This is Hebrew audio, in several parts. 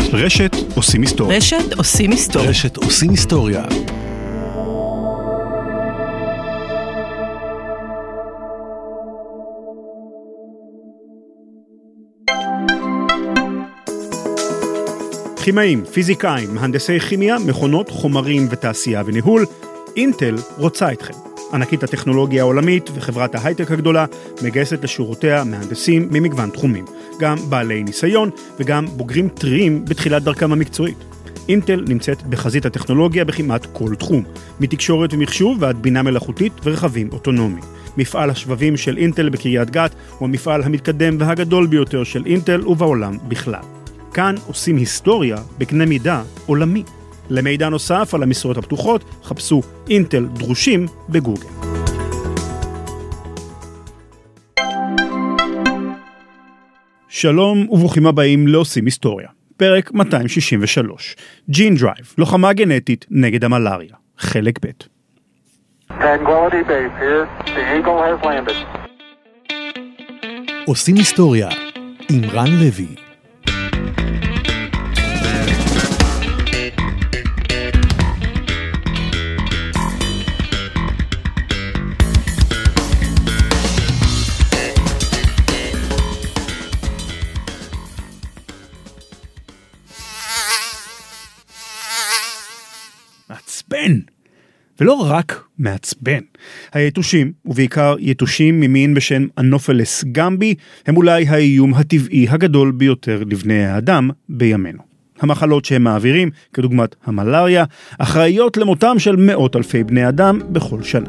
רשת עושים היסטוריה. רשת עושים היסטוריה. רשת עושים היסטוריה. כימאים, פיזיקאים, מהנדסי כימיה, מכונות, חומרים ותעשייה וניהול, אינטל רוצה אתכם. ענקית הטכנולוגיה העולמית וחברת ההייטק הגדולה מגייסת לשורותיה מהנדסים ממגוון תחומים, גם בעלי ניסיון וגם בוגרים טריים בתחילת דרכם המקצועית. אינטל נמצאת בחזית הטכנולוגיה בכמעט כל תחום, מתקשורת ומחשוב ועד בינה מלאכותית ורכבים אוטונומיים. מפעל השבבים של אינטל בקריית גת הוא המפעל המתקדם והגדול ביותר של אינטל ובעולם בכלל. כאן עושים היסטוריה בקנה מידה עולמי. למידע נוסף על המשרות הפתוחות, חפשו אינטל דרושים בגוגל. שלום וברוכים הבאים לעושים היסטוריה. פרק 263. ג'ין דרייב, לוחמה גנטית נגד המלאריה. חלק ב'. Tranquility Base here. The Eagle has landed. עושים היסטוריה עם רן לוי. מעצבן. ולא רק מעצבן. היתושים, ובעיקר יתושים ממין בשם אנופלס גמבי, הם אולי האיום הטבעי הגדול ביותר לבני האדם בימינו. המחלות שהם מעבירים, כדוגמת המלאריה, אחראיות למותם של מאות אלפי בני אדם בכל שנה.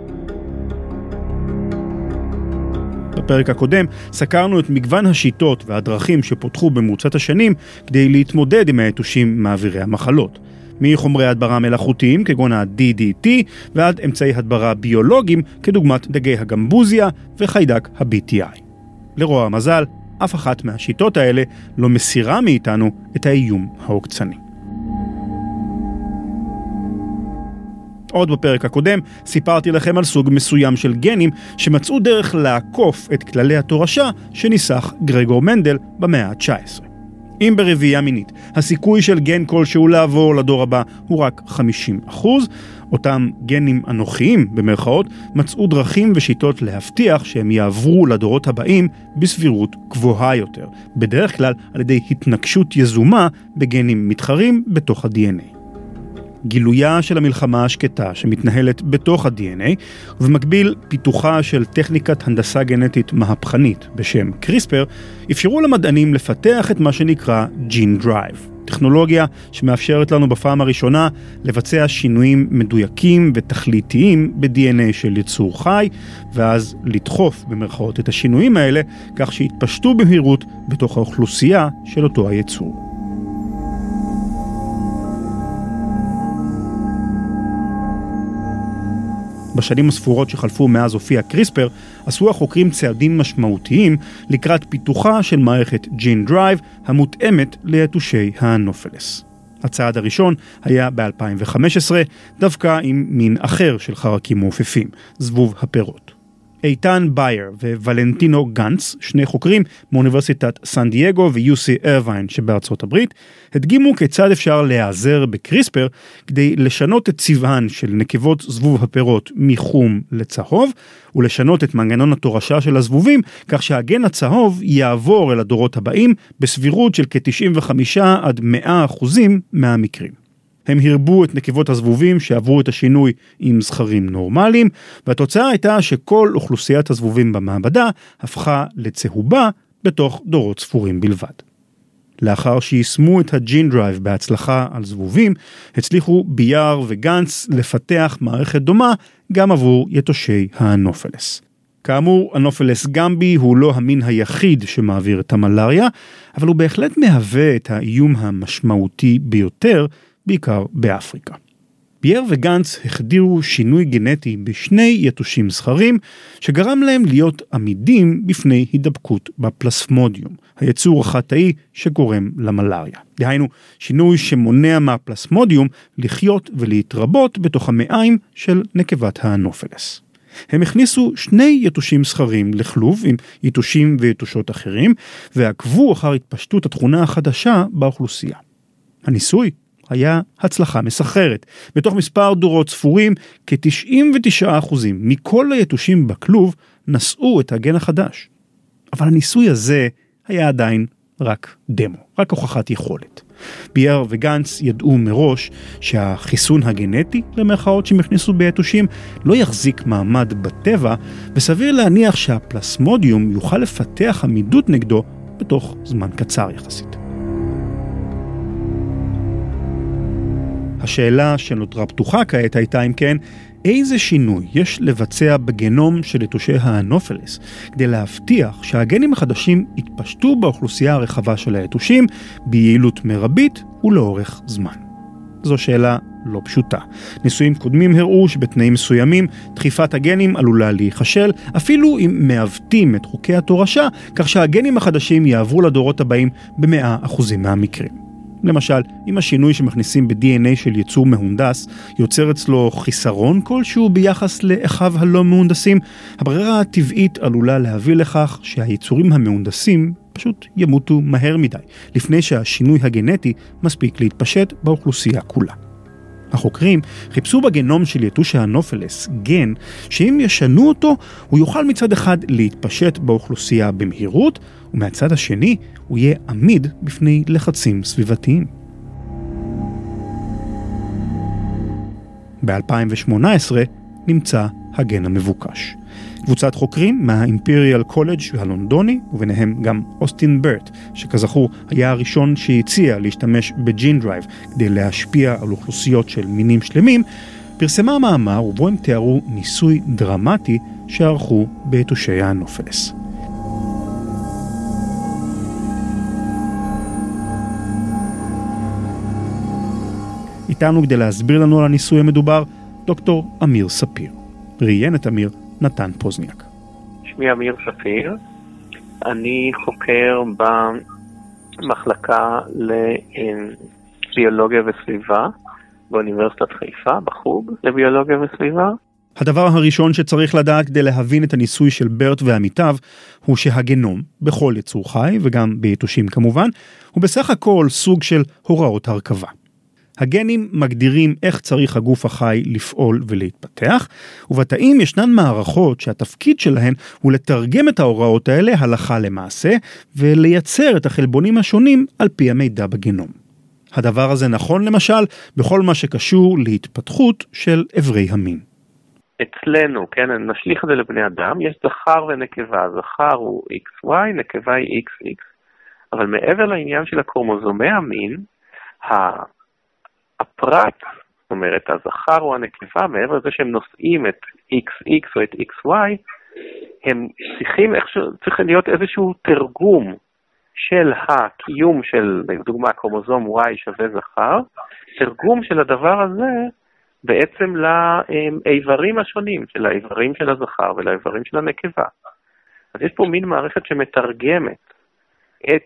בפרק הקודם סקרנו את מגוון השיטות והדרכים שפותחו במרוצת השנים כדי להתמודד עם היתושים מעבירי המחלות. מחומרי הדברה מלאכותיים כגון ה-DDT ועד אמצעי הדברה ביולוגיים כדוגמת דגי הגמבוזיה וחיידק ה-BTI. לרוע המזל, אף אחת מהשיטות האלה לא מסירה מאיתנו את האיום העוקצני. עוד בפרק הקודם סיפרתי לכם על סוג מסוים של גנים שמצאו דרך לעקוף את כללי התורשה שניסח גרגור מנדל במאה ה-19. אם ברבייה מינית הסיכוי של גן כלשהו לעבור לדור הבא הוא רק 50%, אותם גנים אנוכיים במרכאות מצאו דרכים ושיטות להבטיח שהם יעברו לדורות הבאים בסבירות גבוהה יותר, בדרך כלל על ידי התנגשות יזומה בגנים מתחרים בתוך ה-DNA. גילויה של המלחמה השקטה שמתנהלת בתוך ה-DNA, ובמקביל פיתוחה של טכניקת הנדסה גנטית מהפכנית בשם קריספר, אפשרו למדענים לפתח את מה שנקרא ג'ין דרייב. טכנולוגיה שמאפשרת לנו בפעם הראשונה לבצע שינויים מדויקים ותכליתיים ב-DNA של יצור חי, ואז לדחוף במרכאות את השינויים האלה כך שיתפשטו במהירות בתוך האוכלוסייה של אותו היצור. בשנים הספורות שחלפו מאז הופיע קריספר, עשו החוקרים צעדים משמעותיים לקראת פיתוחה של מערכת ג'ין דרייב המותאמת ליתושי האנופלס. הצעד הראשון היה ב-2015, דווקא עם מין אחר של חרקים מעופפים, זבוב הפירות. איתן בייר וולנטינו גנץ, שני חוקרים מאוניברסיטת סן דייגו ו-UC אירווין שבארצות הברית, הדגימו כיצד אפשר להיעזר בקריספר כדי לשנות את צבען של נקבות זבוב הפירות מחום לצהוב, ולשנות את מנגנון התורשה של הזבובים, כך שהגן הצהוב יעבור אל הדורות הבאים בסבירות של כ-95-100% מהמקרים. הם הרבו את נקבות הזבובים שעברו את השינוי עם זכרים נורמליים, והתוצאה הייתה שכל אוכלוסיית הזבובים במעבדה הפכה לצהובה בתוך דורות ספורים בלבד. לאחר שיישמו את הג'ין דרייב בהצלחה על זבובים, הצליחו בייר וגנץ לפתח מערכת דומה גם עבור יתושי האנופלס. כאמור, אנופלס גמבי הוא לא המין היחיד שמעביר את המלאריה, אבל הוא בהחלט מהווה את האיום המשמעותי ביותר, בעיקר באפריקה. בייר וגנץ החדירו שינוי גנטי בשני יתושים זכרים, שגרם להם להיות עמידים בפני הידבקות בפלסמודיום, היצור החטאי שגורם למלאריה. דהיינו, שינוי שמונע מהפלסמודיום לחיות ולהתרבות בתוך המעיים של נקבת האנופלס. הם הכניסו שני יתושים זכרים לכלוב עם יתושים ויתושות אחרים, ועקבו אחר התפשטות התכונה החדשה באוכלוסייה. הניסוי היה הצלחה מסחררת. בתוך מספר דורות ספורים, כ-99% מכל היתושים בכלוב נשאו את הגן החדש. אבל הניסוי הזה היה עדיין רק דמו, רק הוכחת יכולת. בייר וגנץ ידעו מראש שהחיסון הגנטי, למרכאות שהם הכניסו ביתושים, לא יחזיק מעמד בטבע, וסביר להניח שהפלסמודיום יוכל לפתח עמידות נגדו בתוך זמן קצר יחסית. השאלה שנותרה פתוחה כעת הייתה אם כן, איזה שינוי יש לבצע בגנום של יתושי האנופלס כדי להבטיח שהגנים החדשים יתפשטו באוכלוסייה הרחבה של היתושים ביעילות מרבית ולאורך זמן. זו שאלה לא פשוטה. ניסויים קודמים הראו שבתנאים מסוימים דחיפת הגנים עלולה להיחשל, אפילו אם מעוותים את חוקי התורשה, כך שהגנים החדשים יעברו לדורות הבאים ב100% מהמקרים. למשל, אם השינוי שמכניסים ב-DNA של יצור מהונדס יוצר אצלו חיסרון כלשהו ביחס לאחיו הלא מהונדסים, הברירה הטבעית עלולה להביא לכך שהיצורים המהונדסים פשוט ימותו מהר מדי, לפני שהשינוי הגנטי מספיק להתפשט באוכלוסייה כולה. החוקרים חיפשו בגנום של יתוש האנופלס גן שאם ישנו אותו, הוא יוכל מצד אחד להתפשט באוכלוסייה במהירות, ומהצד השני הוא יהיה עמיד בפני לחצים סביבתיים. ב-2018 נמצא הגן המבוקש. קבוצת חוקרים מהאימפריאל קולג' הלונדוני, וביניהם גם אוסטין ברט, שכזכור היה הראשון שהציע להשתמש בג'ין דרייב כדי להשפיע על אוכלוסיות של מינים שלמים, פרסמה מאמר ובו הם תיארו ניסוי דרמטי שערכו ביתושי האנופלס. איתנו כדי להסביר לנו על הניסוי המדובר, דוקטור אמיר ספיר. ראיין את אמיר נתן פוזניאק. שמי אמיר ספיר, אני חוקר במחלקה לביולוגיה וסביבה באוניברסיטת חיפה, בחוג לביולוגיה וסביבה. הדבר הראשון שצריך לדעת כדי להבין את הניסוי של ברט ועמיתיו, הוא שהגנום, בכל יצור חי וגם ביתושים כמובן, הוא בסך הכל סוג של הוראות הרכבה. הגנים מגדירים איך צריך הגוף החי לפעול ולהתפתח, ובתאים ישנן מערכות שהתפקיד שלהן הוא לתרגם את ההוראות האלה הלכה למעשה, ולייצר את החלבונים השונים על פי המידע בגנום. הדבר הזה נכון למשל בכל מה שקשור להתפתחות של אברי המין. אצלנו, כן, נשליך את זה לבני אדם, יש זכר ונקבה, זכר הוא XY, נקבה היא XX, אבל מעבר לעניין של הקרומוזומי המין, הפרט, זאת אומרת, הזכר או הנקבה, מעבר לזה שהם נושאים את XX או את XY, הם צריך להיות איזשהו תרגום של הקיום של, לדוגמה, קרומוזום Y שווה זכר, תרגום של הדבר הזה בעצם לאיברים השונים, של האיברים של הזכר ולאיברים של הנקבה. אז יש פה מין מערכת שמתרגמת את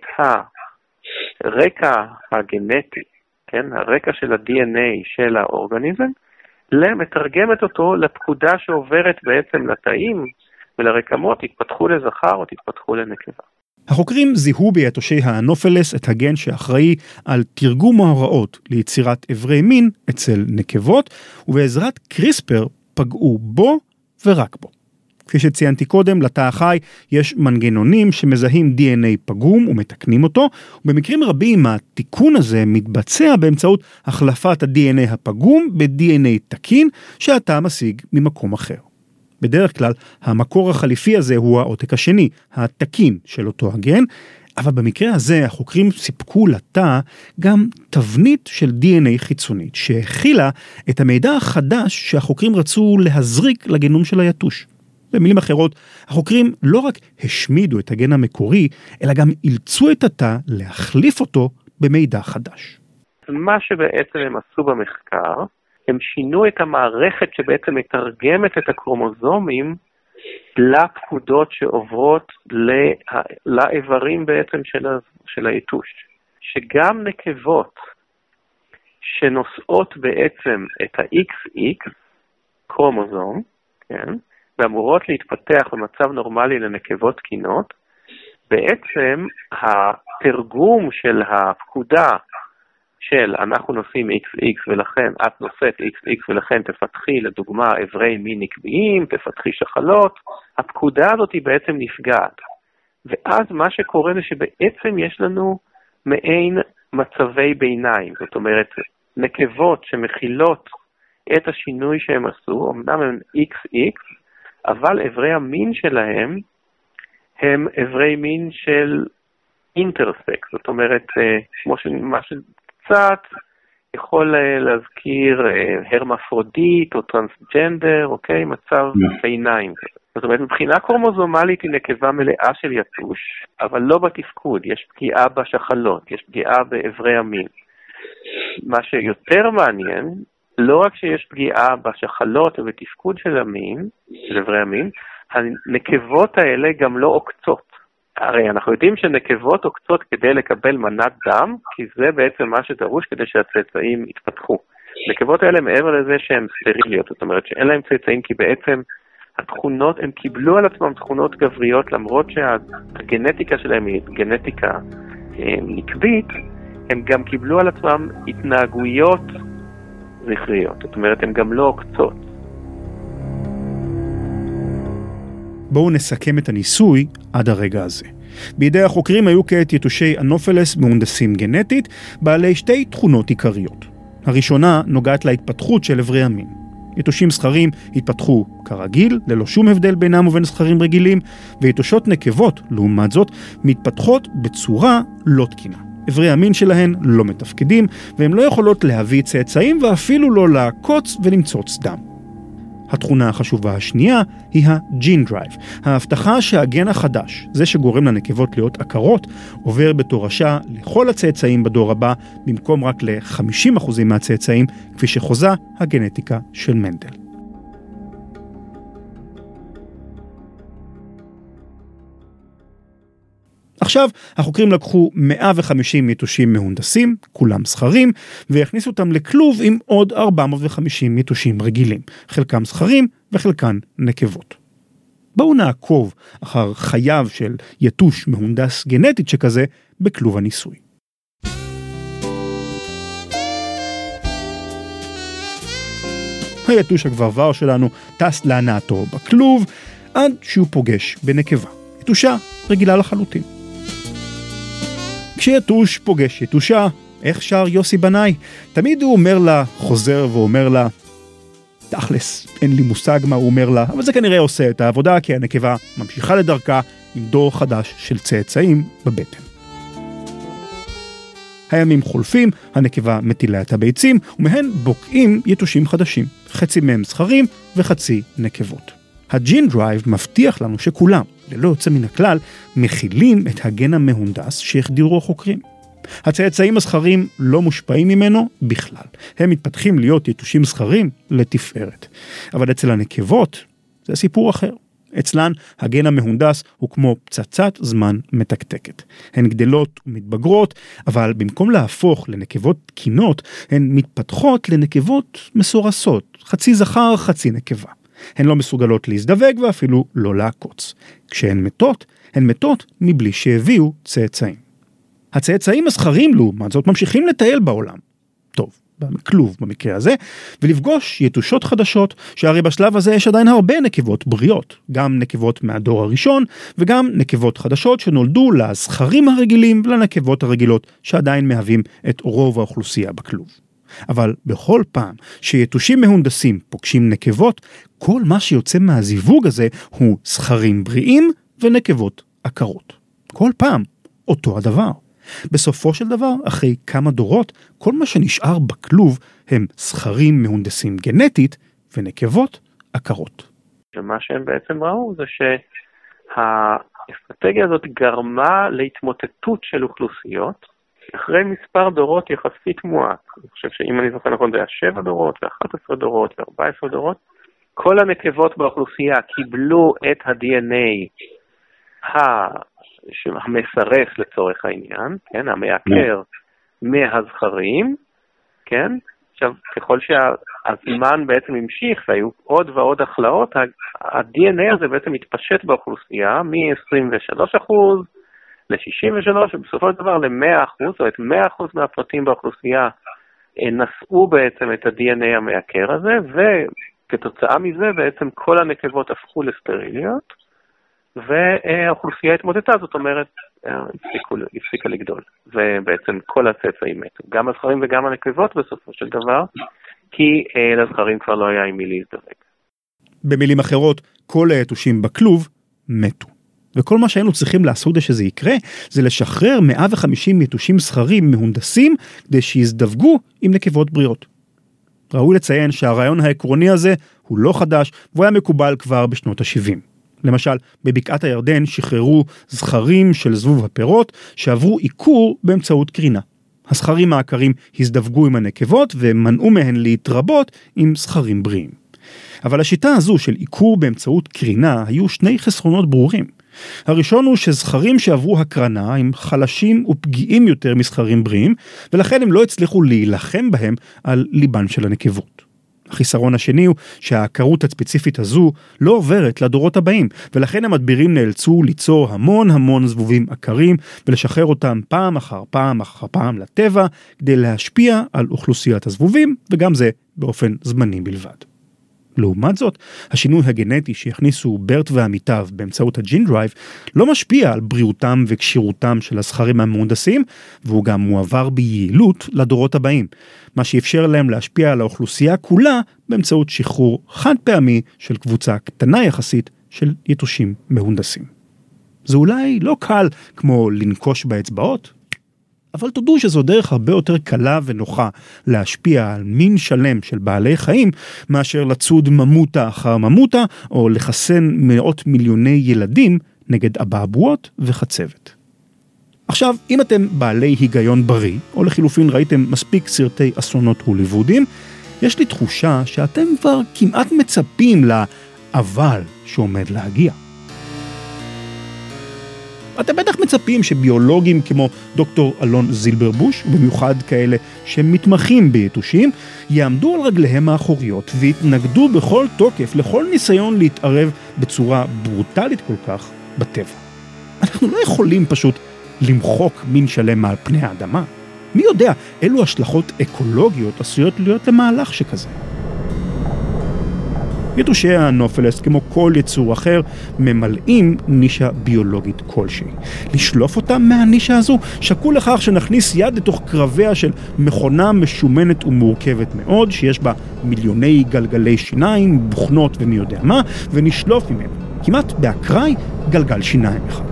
הרקע הגנטי, כן, הרקע של ה-DNA של האורגניזם, מתרגמת אותו לפקודה שעוברת בעצם לתאים ולרקמות, תתפתחו לזכר או תתפתחו לנקבה. החוקרים זיהו ביתושי האנופלס את הגן שאחראי על תרגום ההוראות ליצירת אברי מין אצל נקבות, ובעזרת קריספר פגעו בו ורק בו. כפי שציינתי קודם, לתא החי יש מנגנונים שמזהים DNA פגום ומתקנים אותו, ובמקרים רבים התיקון הזה מתבצע באמצעות החלפת ה-DNA הפגום ב-DNA תקין שהתא משיג ממקום אחר. בדרך כלל, המקור החליפי הזה הוא העותק השני, התקין של אותו הגן, אבל במקרה הזה החוקרים סיפקו לתא גם תבנית של DNA חיצונית, שהכילה את המידע החדש שהחוקרים רצו להזריק לגנום של היתוש. במילים אחרות, החוקרים לא רק השמידו את הגן המקורי, אלא גם אילצו את התא להחליף אותו במידע חדש. מה שבעצם הם עשו במחקר, הם שינו את המערכת שבעצם מתרגמת את הקרומוזומים לפקודות שעוברות לאיברים בעצם של היתוש. שגם נקבות שנושאות בעצם את ה-XX קרומוזום, כן, ואמורות להתפתח במצב נורמלי לנקבות תקינות, בעצם התרגום של הפקודה של אנחנו נושאים XX ולכן את נושאת XX ולכן תפתחי לדוגמה אברי מין נקביים, תפתחי שחלות, הפקודה הזאת היא בעצם נפגעת. ואז מה שקורה זה שבעצם יש לנו מעין מצבי ביניים, זאת אומרת נקבות שמכילות את השינוי שהם עשו, אמנם הם XX, אבל אברי המין שלהם הם אברי מין של אינטרסקס, זאת אומרת, כמו מה שקצת יכול להזכיר הרמפרודית או טרנסג'נדר, אוקיי? מצב ביניים. זאת אומרת, מבחינה קרומוזומלית היא נקבה מלאה של יתוש, אבל לא בתפקוד, יש פגיעה בשחלות, יש פגיעה באברי המין. מה שיותר מעניין, לא רק שיש פגיעה בשחלות ובתפקוד של המין, של אברי המין, הנקבות האלה גם לא עוקצות. הרי אנחנו יודעים שנקבות עוקצות כדי לקבל מנת דם, כי זה בעצם מה שדרוש כדי שהצאצאים יתפתחו. נקבות האלה מעבר לזה שהן סטריליות, זאת אומרת שאין להם צאצאים כי בעצם התכונות, הם קיבלו על עצמם תכונות גבריות, למרות שהגנטיקה שלהם היא גנטיקה נקבית, הם גם קיבלו על עצמם התנהגויות זכריות, זאת אומרת הם גם לא עוקצות. בואו נסכם את הניסוי עד הרגע הזה. בידי החוקרים היו כעת יתושי אנופלס מהונדסים גנטית, בעלי שתי תכונות עיקריות. הראשונה נוגעת להתפתחות של אברי המין. יתושים זכרים התפתחו כרגיל, ללא שום הבדל בינם ובין זכרים רגילים, ויתושות נקבות, לעומת זאת, מתפתחות בצורה לא תקינה. אברי המין שלהן לא מתפקדים, והן לא יכולות להביא צאצאים ואפילו לא לעקוץ ולמצוץ דם. התכונה החשובה השנייה היא הג'ין דרייב, ההבטחה שהגן החדש, זה שגורם לנקבות להיות עקרות, עובר בתורשה לכל הצאצאים בדור הבא, במקום רק ל-50% מהצאצאים, כפי שחוזה הגנטיקה של מנדל. עכשיו החוקרים לקחו 150 יתושים מהונדסים, כולם זכרים, והכניסו אותם לכלוב עם עוד 450 יתושים רגילים, חלקם זכרים וחלקן נקבות. בואו נעקוב אחר חייו של יתוש מהונדס גנטית שכזה בכלוב הניסוי. היתוש הגברבר שלנו טס להנאתו בכלוב עד שהוא פוגש בנקבה, יתושה רגילה לחלוטין. כשיתוש פוגש יתושה, איך שר יוסי בנאי? תמיד הוא אומר לה, חוזר ואומר לה, תכלס, אין לי מושג מה הוא אומר לה, אבל זה כנראה עושה את העבודה, כי הנקבה ממשיכה לדרכה עם דור חדש של צאצאים בבטן. הימים חולפים, הנקבה מטילה את הביצים, ומהן בוקעים יתושים חדשים, חצי מהם זכרים וחצי נקבות. הג'ין דרייב מבטיח לנו שכולם, ללא יוצא מן הכלל, מכילים את הגן המהונדס שהחדירו החוקרים. הצאצאים הזכרים לא מושפעים ממנו בכלל. הם מתפתחים להיות יתושים זכרים לתפארת. אבל אצל הנקבות זה סיפור אחר. אצלן הגן המהונדס הוא כמו פצצת זמן מתקתקת. הן גדלות ומתבגרות, אבל במקום להפוך לנקבות תקינות, הן מתפתחות לנקבות מסורסות, חצי זכר, חצי נקבה. הן לא מסוגלות להזדווג ואפילו לא לעקוץ. כשהן מתות, הן מתות מבלי שהביאו צאצאים. הצאצאים הזכרים לעומת זאת ממשיכים לטייל בעולם. טוב, בכלוב במקרה הזה, ולפגוש יתושות חדשות, שהרי בשלב הזה יש עדיין הרבה נקבות בריאות, גם נקבות מהדור הראשון, וגם נקבות חדשות שנולדו לזכרים הרגילים ולנקבות הרגילות, שעדיין מהווים את רוב האוכלוסייה בכלוב. אבל בכל פעם שיתושים מהונדסים פוגשים נקבות, כל מה שיוצא מהזיווג הזה הוא זכרים בריאים ונקבות עקרות. כל פעם אותו הדבר. בסופו של דבר, אחרי כמה דורות, כל מה שנשאר בכלוב הם זכרים מהונדסים גנטית ונקבות עקרות. ומה שהם בעצם ראו זה שהאסטרטגיה הזאת גרמה להתמוטטות של אוכלוסיות, אחרי מספר דורות יחסית מועט. אני חושב שאם אני זוכר נכון זה היה 7 דורות ו11 דורות ו14 דורות. כל הנקבות באוכלוסייה קיבלו את ה-DNA המסרס לצורך העניין, כן, המעקר מהזכרים, כן? עכשיו, ככל שהזמן בעצם המשיך והיו עוד ועוד החלאות, ה-DNA הזה בעצם התפשט באוכלוסייה מ-23% ל-63% ובסופו של דבר ל-100%, זאת אומרת 100% מהפרטים באוכלוסייה נשאו בעצם את ה-DNA המעקר הזה, וכתוצאה מזה בעצם כל הנקבות הפכו לסטריליות, והאוכלוסייה התמוטטה, זאת אומרת, הפסיקה לגדול, ובעצם כל הצאצאים מתו, גם הזכרים וגם הנקבות בסופו של דבר, כי לזכרים כבר לא היה עם מי להזדווג. במילים אחרות, כל היתושים בכלוב מתו. וכל מה שהיינו צריכים לעשות שזה יקרה, זה לשחרר 150 יתושים זכרים מהונדסים, כדי שיזדווגו עם נקבות בריאות. ראוי לציין שהרעיון העקרוני הזה הוא לא חדש, והוא היה מקובל כבר בשנות ה-70. למשל, בבקעת הירדן שחררו זכרים של זבוב הפירות, שעברו עיקור באמצעות קרינה. הזכרים העקרים הזדווגו עם הנקבות, ומנעו מהן להתרבות עם זכרים בריאים. אבל השיטה הזו של עיקור באמצעות קרינה, היו שני חסרונות ברורים. הראשון הוא שזכרים שעברו הקרנה הם חלשים ופגיעים יותר מזכרים בריאים, ולכן הם לא הצליחו להילחם בהם על ליבן של הנקבות. החיסרון השני הוא שהעקרות הספציפית הזו לא עוברת לדורות הבאים, ולכן המדבירים נאלצו ליצור המון זבובים עקרים, ולשחרר אותם פעם אחר פעם לטבע, כדי להשפיע על אוכלוסיית הזבובים, וגם זה באופן זמני בלבד. לעומת זאת, השינוי הגנטי שהכניסו ברט ועמיתיו באמצעות הג'ין דרייב לא משפיע על בריאותם וקשירותם של הזכרים המהונדסים, והוא גם מועבר ביעילות לדורות הבאים, מה שאפשר להם להשפיע על האוכלוסייה כולה באמצעות שחרור חד פעמי של קבוצה קטנה יחסית של יתושים מהונדסים. זה אולי לא קל כמו לנקוש באצבעות, אבל תודו שזו דרך הרבה יותר קלה ונוחה להשפיע על מין שלם של בעלי חיים, מאשר לצוד ממותה אחר ממותה, או לחסן מאות מיליוני ילדים נגד אבעבועות וחצבת. עכשיו, אם אתם בעלי היגיון בריא, או לחילופין ראיתם מספיק סרטי אסונות הוליוודיים, יש לי תחושה שאתם כבר כמעט מצפים לאבל שעומד להגיע. אתם בטח מצפים שביולוגים כמו דוקטור אלון זילברבוש, ובמיוחד כאלה שמתמחים ביתושים, יעמדו על רגליהם האחוריות והתנגדו בכל תוקף לכל ניסיון להתערב בצורה ברוטלית כל כך בטבע. אנחנו לא יכולים פשוט למחוק מין שלם מעל פני האדמה. מי יודע אילו השלכות אקולוגיות עשויות להיות למהלך שכזה. יתושי האנופלס, כמו כל יצור אחר, ממלאים נישה ביולוגית כלשהי. לשלוף אותם מהנישה הזו שקול לכך שנכניס יד לתוך קרביה של מכונה משומנת ומורכבת מאוד, שיש בה מיליוני גלגלי שיניים, בוכנות ומי יודע מה, ונשלוף ממנו, כמעט באקראי, גלגל שיניים אחד.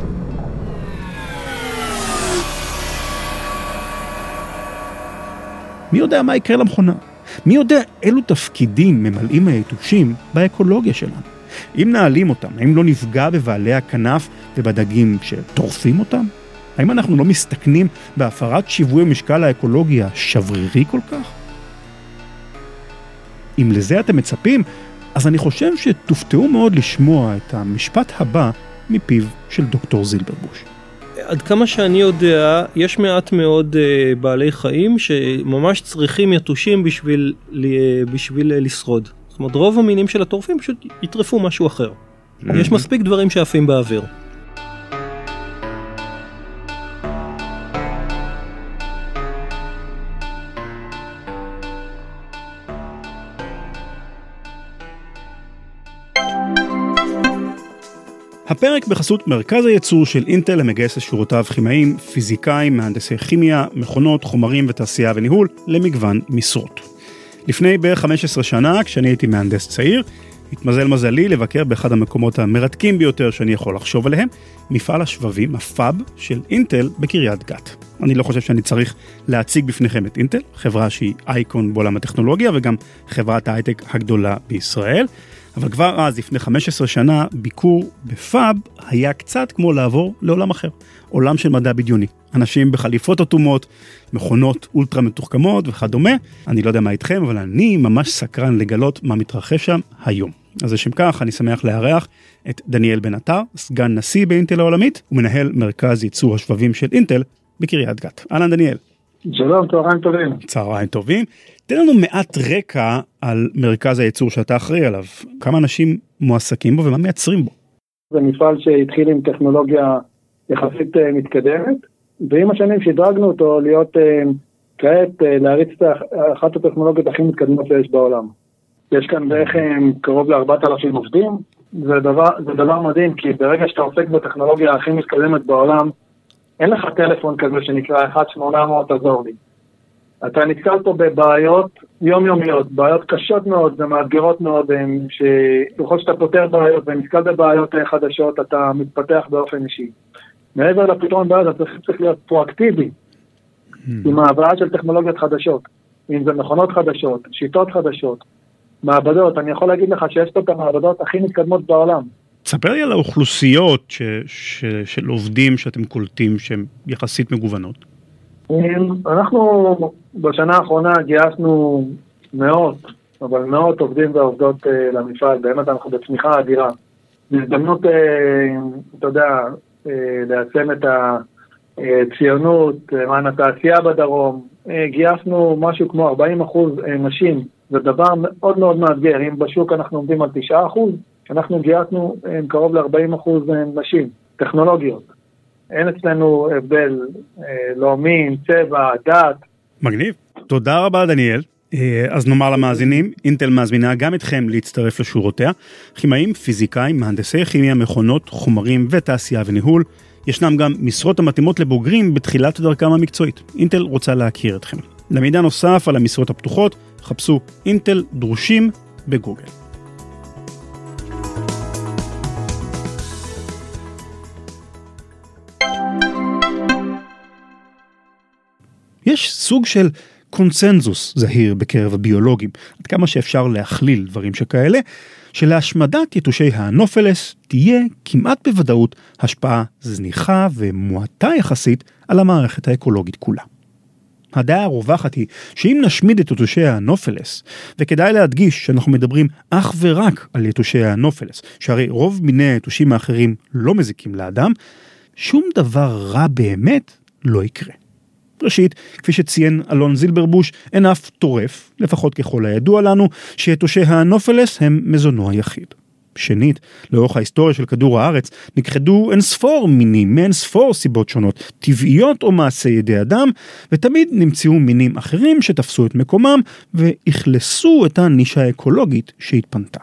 מי יודע מה יקרה למכונה? מי יודע אילו תפקידים ממלאים היתושים באקולוגיה שלנו? אם נעלים אותם, האם לא נפגע בבעלי הכנף ובדגים שטורפים אותם? האם אנחנו לא מסתכנים בהפרת שיווי משקל האקולוגיה שברירי כל כך? אם לזה אתם מצפים, אז אני חושב שתופתעו מאוד לשמוע את המשפט הבא מפיו של דוקטור זילברבוש. עד כמה שאני יודע, יש מעט מאוד בעלי חיים שממש צריכים יתושים בשביל לשרוד. זאת אומרת, רוב המינים של הטורפים פשוט יטרפו משהו אחר. יש מספיק דברים שעפים באוויר. הפרק בחסות מרכז הייצור של אינטל המגייס לשורותיו כימאים, פיזיקאים, מהנדסי כימיה, מכונות, חומרים ותעשייה וניהול למגוון משרות. לפני בערך 15 שנה, כשאני הייתי מהנדס צעיר, התמזל מזלי לבקר באחד המקומות המרתקים ביותר שאני יכול לחשוב עליהם, מפעל השבבים, הפאב של אינטל בקריית גת. אני לא חושב שאני צריך להציג בפניכם את אינטל, חברה שהיא אייקון בעולם הטכנולוגיה וגם חברת ההייטק הגדולה בישראל. אבל כבר אז, לפני 15 שנה, ביקור בפאב היה קצת כמו לעבור לעולם אחר. עולם של מדע בדיוני. אנשים בחליפות אטומות, מכונות אולטרה מתוחכמות וכדומה. אני לא יודע מה איתכם, אבל אני ממש סקרן לגלות מה מתרחש שם היום. אז לשם כך, אני שמח לארח את דניאל בן עטר, סגן נשיא באינטל העולמית, ומנהל מרכז ייצור השבבים של אינטל בקריית גת. אהלן דניאל. שלום, צהריים טובים. צהריים טובים. תן לנו מעט רקע על מרכז הייצור שאתה אחראי עליו. כמה אנשים מועסקים בו ומה מייצרים בו? זה מפעל שהתחיל עם טכנולוגיה יחסית מתקדמת, ועם השנים שדרגנו אותו להיות כעת להריץ אחת הטכנולוגיות הכי מתקדמות שיש בעולם. יש כאן בערך קרוב ל4,000 עובדים, זה דבר מדהים, כי ברגע שאתה עוסק בטכנולוגיה הכי מתקדמת בעולם, אין לך טלפון כזה שנקרא 1-800 עזור לי. אתה נתקל פה בבעיות יומיומיות, בעיות קשות מאוד ומאתגרות מאוד, שככל שאתה פותר בעיות ונתקל בבעיות חדשות, אתה מתפתח באופן אישי. מעבר לפתרון בעיות, אתה צריך להיות פרואקטיבי, עם העברה של טכנולוגיות חדשות, אם זה מכונות חדשות, שיטות חדשות, מעבדות. אני יכול להגיד לך שיש פה את המעבדות הכי מתקדמות בעולם. תספר לי על האוכלוסיות של עובדים שאתם קולטים שהן יחסית מגוונות. אנחנו בשנה האחרונה גייסנו מאות עובדים ועובדות למפעל. באמת אנחנו בצמיחה אדירה. הזדמנות, אתה יודע, ליישם את הציונות, למען התעשייה בדרום. גייסנו משהו כמו 40% נשים. זה דבר מאוד מאוד מאתגר. אם בשוק אנחנו עומדים על 9%, אנחנו גייסנו קרוב ל40% נשים, טכנולוגיות. אין אצלנו הבדל, לא מין, צבע, דת. מגניב. תודה רבה דניאל. אז נאמר למאזינים, אינטל מזמינה גם אתכם להצטרף לשורותיה. כימאים, פיזיקאים, מהנדסי כימיה, מכונות, חומרים ותעשייה וניהול. ישנם גם משרות המתאימות לבוגרים בתחילת דרכם המקצועית. אינטל רוצה להכיר אתכם. למידע נוסף על המשרות הפתוחות, חפשו אינטל דרושים בגוגל. יש סוג של קונסנזוס זהיר בקרב הביולוגים, עד כמה שאפשר להכליל דברים שכאלה, שלהשמדת יתושי האנופלס תהיה כמעט בוודאות השפעה זניחה ומועטה יחסית על המערכת האקולוגית כולה. הדעה הרווחת היא שאם נשמיד את יתושי האנופלס, וכדאי להדגיש שאנחנו מדברים אך ורק על יתושי האנופלס, שהרי רוב מיני היתושים האחרים לא מזיקים לאדם, שום דבר רע באמת לא יקרה. ראשית, כפי שציין אלון זילברבוש, אין אף טורף, לפחות ככל הידוע לנו, שיתושי האנופלס הם מזונו היחיד. שנית, לאורך ההיסטוריה של כדור הארץ, נכחדו אינספור מינים, מאינספור סיבות שונות, טבעיות או מעשי ידי אדם, ותמיד נמצאו מינים אחרים שתפסו את מקומם, והכלסו את הנישה האקולוגית שהתפנתה.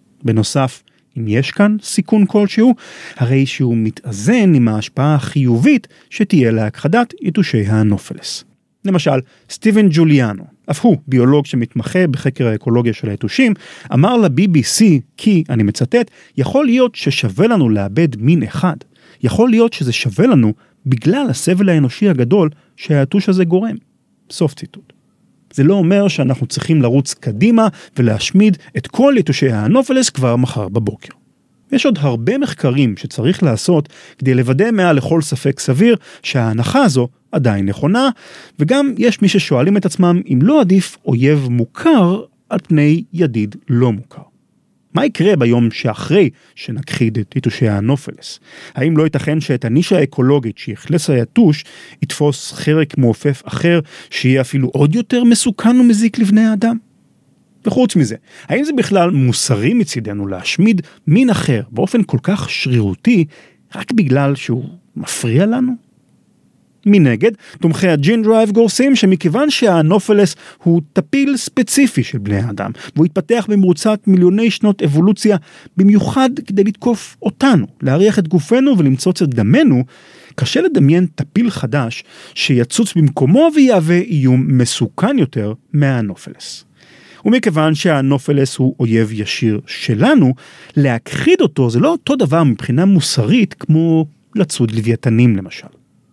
בנוסף, אם יש כאן סיכון כלשהו, הרי שהוא מתאזן עם ההשפעה החיובית שתהיה להכחדת יתושי האנופלס. למשל, סטיבן ג'וליאנו, אף הוא ביולוג שמתמחה בחקר האקולוגיה של היתושים, אמר ל-BBC כי, אני מצטט, יכול להיות ששווה לנו לאבד מין אחד. יכול להיות שזה שווה לנו בגלל הסבל האנושי הגדול שהיתוש הזה גורם. סוף ציטוט. זה לא אומר שאנחנו צריכים לרוץ קדימה ולהשמיד את כל יתושי האנופלס כבר מחר בבוקר. יש עוד הרבה מחקרים שצריך לעשות כדי לוודא מעל לכל ספק סביר שההנחה הזו עדיין נכונה, וגם יש מי ששואלים את עצמם אם לא עדיף אויב מוכר על פני ידיד לא מוכר. מה יקרה ביום שאחרי שנכחיד את יתושי האנופלס? האם לא ייתכן שאת הנישה האקולוגית שיחלס היתוש יתפוס חרק מעופף אחר שיהיה אפילו עוד יותר מסוכן ומזיק לבני האדם? וחוץ מזה, האם זה בכלל מוסרי מצידנו להשמיד מין אחר באופן כל כך שרירותי רק בגלל שהוא מפריע לנו? מנגד, תומכי הג'ין דרייב גורסים שמכיוון שהאנופלס הוא טפיל ספציפי של בני האדם, והוא התפתח במרוצת מיליוני שנות אבולוציה במיוחד כדי לתקוף אותנו, להריח את גופנו ולמצוץ את דמנו, קשה לדמיין טפיל חדש שיצוץ במקומו ויהווה איום מסוכן יותר מהאנופלס. ומכיוון שהאנופלס הוא אויב ישיר שלנו, להכחיד אותו זה לא אותו דבר מבחינה מוסרית כמו לצוד לוויתנים למשל.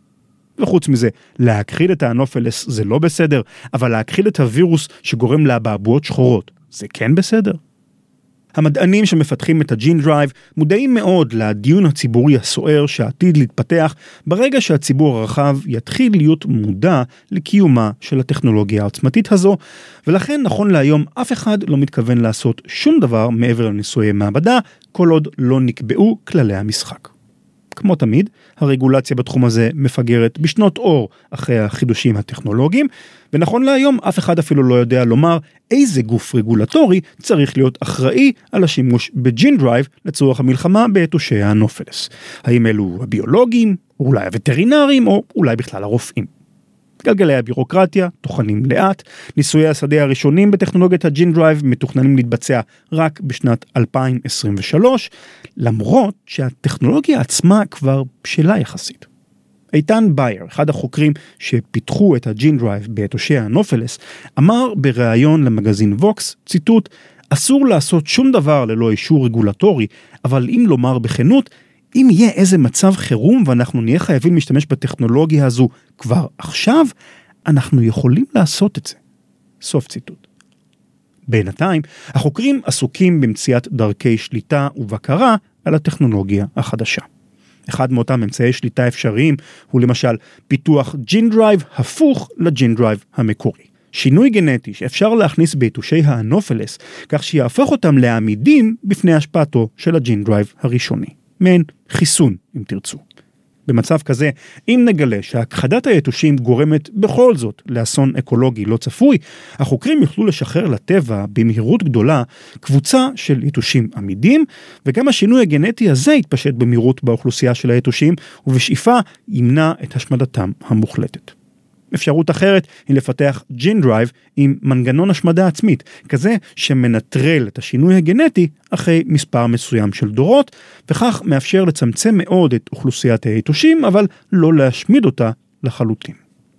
וחוץ מזה, להכחיד את האנופלס זה לא בסדר, אבל להכחיד את הווירוס שגורם לאבעבועות שחורות, זה כן בסדר? המדענים שמפתחים את הג'ין דרייב מודעים מאוד לדיון הציבורי הסוער שעתיד להתפתח ברגע שהציבור הרחב יתחיל להיות מודע לקיומה של הטכנולוגיה העוצמתית הזו, ולכן נכון להיום אף אחד לא מתכוון לעשות שום דבר מעבר לניסויי מעבדה, כל עוד לא נקבעו כללי המשחק. כמו תמיד, הרגולציה בתחום הזה מפגרת בשנות אור אחרי החידושים הטכנולוגיים, ונכון להיום אף אחד אפילו לא יודע לומר איזה גוף רגולטורי צריך להיות אחראי על השימוש בג'ין דרייב לצורך המלחמה ביתושי האנופלס. האם אלו הביולוגים, או אולי הווטרינרים, או אולי בכלל הרופאים. גלגלי הבירוקרטיה טוחנים לאט, ניסויי השדה הראשונים בטכנולוגיית הג'ין דרייב מתוכננים להתבצע רק בשנת 2023, למרות שהטכנולוגיה עצמה כבר בשלה יחסית. איתן בייר, אחד החוקרים שפיתחו את הג'ין דרייב ביתושי האנופלס, אמר בריאיון למגזין ווקס, ציטוט, אסור לעשות שום דבר ללא אישור רגולטורי, אבל אם לומר בכנות, אם יהיה איזה מצב חירום ואנחנו נהיה חייבים להשתמש בטכנולוגיה הזו כבר עכשיו, אנחנו יכולים לעשות את זה. סוף ציטוט. בינתיים, החוקרים עסוקים במציאת דרכי שליטה ובקרה על הטכנולוגיה החדשה. אחד מאותם אמצעי שליטה אפשריים הוא למשל פיתוח ג'ין דרייב הפוך לג'ין דרייב המקורי. שינוי גנטי שאפשר להכניס ביתושי האנופלס כך שיהפוך אותם לעמידים בפני השפעתו של הג'ין דרייב הראשוני. מעין חיסון אם תרצו. במצב כזה, אם נגלה שהכחדת היתושים גורמת בכל זאת לאסון אקולוגי לא צפוי, החוקרים יוכלו לשחרר לטבע במהירות גדולה קבוצה של יתושים עמידים, וגם השינוי הגנטי הזה יתפשט במהירות באוכלוסייה של היתושים, ובשאיפה ימנע את השמדתם המוחלטת. אפשרות אחרת היא לפתח ג'ין דרייב עם מנגנון השמדה עצמית, כזה שמנטרל את השינוי הגנטי אחרי מספר מסוים של דורות, וכך מאפשר לצמצם מאוד את אוכלוסיית היתושים, אבל לא להשמיד אותה לחלוטין.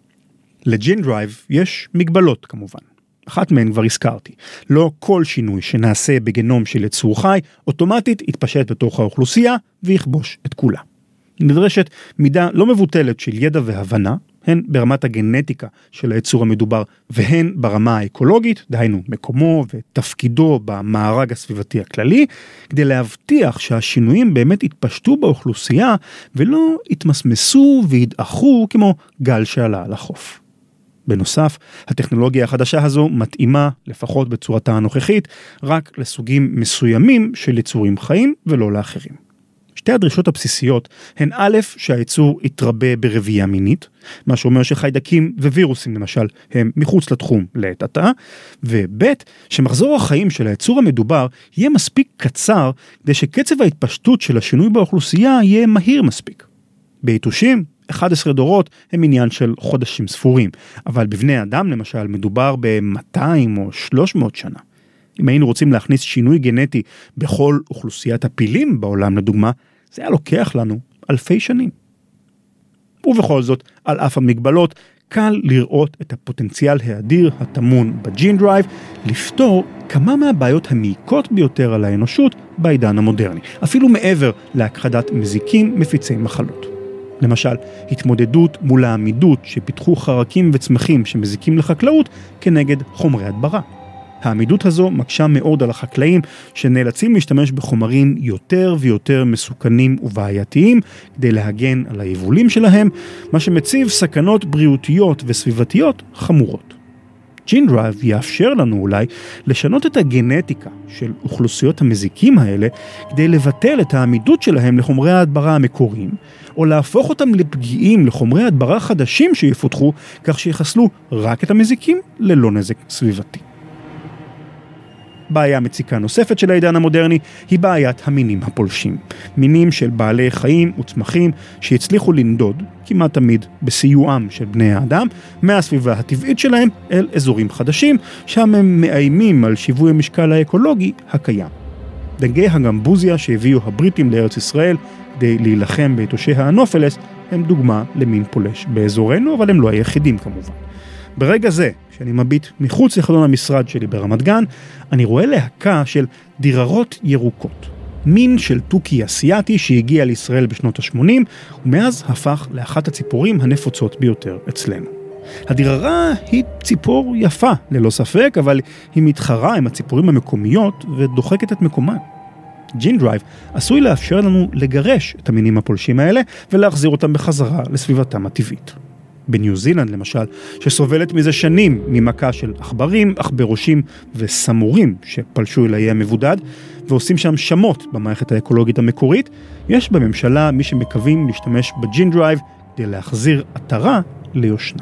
לג'ין דרייב יש מגבלות כמובן. אחת מהן כבר הזכרתי. לא כל שינוי שנעשה בגנום של יצור חי, אוטומטית יתפשט בתוך האוכלוסייה ויכבוש את כולה. נדרשת מידה לא מבוטלת של ידע והבנה, הן ברמת הגנטיקה של היצור המדובר, והן ברמה האקולוגית, דהיינו מקומו ותפקידו במארג הסביבתי הכללי, כדי להבטיח שהשינויים באמת יתפשטו באוכלוסייה, ולא יתמסמסו וידעכו כמו גל שעלה על החוף. בנוסף, הטכנולוגיה החדשה הזו מתאימה, לפחות בצורתה הנוכחית, רק לסוגים מסוימים של יצורים חיים ולא לאחרים. שתי הדרישות הבסיסיות הן א', שהיצור יתרבה ברבייה מינית, מה שאומר שחיידקים ווירוסים למשל הם מחוץ לתחום לעת עתה, וב', שמחזור החיים של היצור המדובר יהיה מספיק קצר, כדי שקצב ההתפשטות של השינוי באוכלוסייה יהיה מהיר מספיק. ביתושים, 11 דורות הם עניין של חודשים ספורים, אבל בבני אדם למשל מדובר ב-200 או 300 שנה. אם היינו רוצים להכניס שינוי גנטי בכל אוכלוסיית הפילים בעולם לדוגמה, זה היה לוקח לנו אלפי שנים. ובכל זאת, על אף המגבלות, קל לראות את הפוטנציאל האדיר הטמון בג'ין דרייב, לפתור כמה מהבעיות המעיקות ביותר על האנושות בעידן המודרני, אפילו מעבר להכחדת מזיקים מפיצי מחלות. למשל, התמודדות מול העמידות שפיתחו חרקים וצמחים שמזיקים לחקלאות כנגד חומרי הדברה. העמידות הזו מקשה מאוד על החקלאים שנאלצים להשתמש בחומרים יותר ויותר מסוכנים ובעייתיים כדי להגן על היבולים שלהם, מה שמציב סכנות בריאותיות וסביבתיות חמורות. ג'ין דרייב יאפשר לנו אולי לשנות את הגנטיקה של אוכלוסיות המזיקים האלה כדי לבטל את העמידות שלהם לחומרי ההדברה המקוריים, או להפוך אותם לפגיעים לחומרי הדברה חדשים שיפותחו כך שיחסלו רק את המזיקים ללא נזק סביבתי. בעיה מציקה נוספת של העידן המודרני היא בעיית המינים הפולשים. מינים של בעלי חיים וצמחים שהצליחו לנדוד, כמעט תמיד בסיועם של בני האדם, מהסביבה הטבעית שלהם אל אזורים חדשים, שם הם מאיימים על שיווי המשקל האקולוגי הקיים. דגי הגמבוזיה שהביאו הבריטים לארץ ישראל כדי להילחם ביתושי האנופלס הם דוגמה למין פולש באזורנו, אבל הם לא היחידים כמובן. ברגע זה, שאני מביט מחוץ לחלון המשרד שלי ברמת גן, אני רואה להקה של דיררות ירוקות. מין של טוקי אסיאטי שהגיע לישראל בשנות ה-80, ומאז הפך לאחת הציפורים הנפוצות ביותר אצלנו. הדיררה היא ציפור יפה, ללא ספק, אבל היא מתחרה עם הציפורים המקומיות ודוחקת את מקומן. ג'ין דרייב עשוי לאפשר לנו לגרש את המינים הפולשים האלה ולהחזיר אותם בחזרה לסביבתם הטבעית. בניו זילנד למשל, שסובלת מזה שנים ממכה של עכברים, עכברושים וסמורים שפלשו אל האי המבודד, ועושים שם שמות במערכת האקולוגית המקורית, יש בממשלה מי שמקווים להשתמש בג'ין דרייב כדי להחזיר עטרה ליושנה.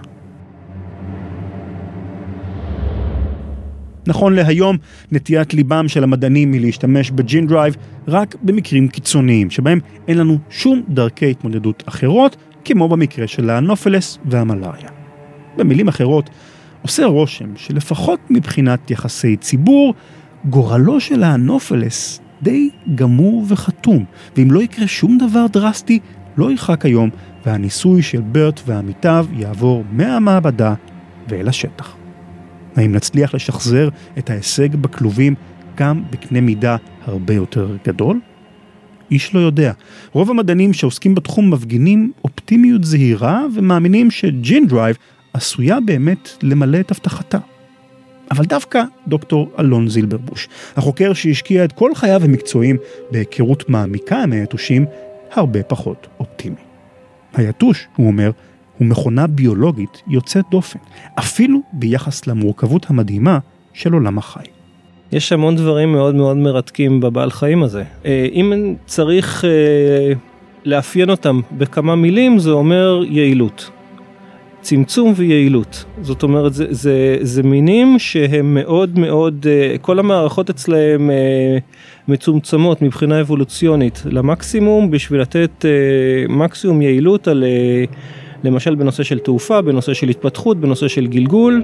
נכון להיום, נטיית ליבם של המדענים היא להשתמש בג'ין דרייב רק במקרים קיצוניים, שבהם אין לנו שום דרכי התמודדות אחרות, כמו במקרה של האנופלס והמלריה. במילים אחרות, עושה רושם שלפחות מבחינת יחסי ציבור, גורלו של האנופלס די גמור וחתום, ואם לא יקרה שום דבר דרסטי, לא ירחק היום, והניסוי של ברט ועמיתיו יעבור מהמעבדה ואל השטח. האם נצליח לשחזר את ההישג בכלובים גם בקנה מידה הרבה יותר גדול? איש לא יודע. רוב המדענים שעוסקים בתחום מפגינים אופטימיות זהירה ומאמינים שג'ין דרייב עשויה באמת למלא את הבטחתה. אבל דווקא דוקטור אלון זילברבוש, החוקר שהשקיע את כל חייו המקצועיים בהיכרות מעמיקה עם היתושים, הרבה פחות אופטימי. היתוש, הוא אומר, הוא מכונה ביולוגית יוצאת דופן, אפילו ביחס למורכבות המדהימה של עולם החי. יש המון דברים מאוד מאוד מרתקים בבעל חיים הזה. אם צריך לאפיין אותם בכמה מילים, זה אומר יעילות. צמצום ויעילות. זאת אומרת, זה מינים שהם מאוד מאוד, כל המערכות אצלהם מצומצמות מבחינה אבולוציונית למקסימום, בשביל לתת מקסימום יעילות על, למשל בנושא של תעופה, בנושא של התפתחות, בנושא של גלגול.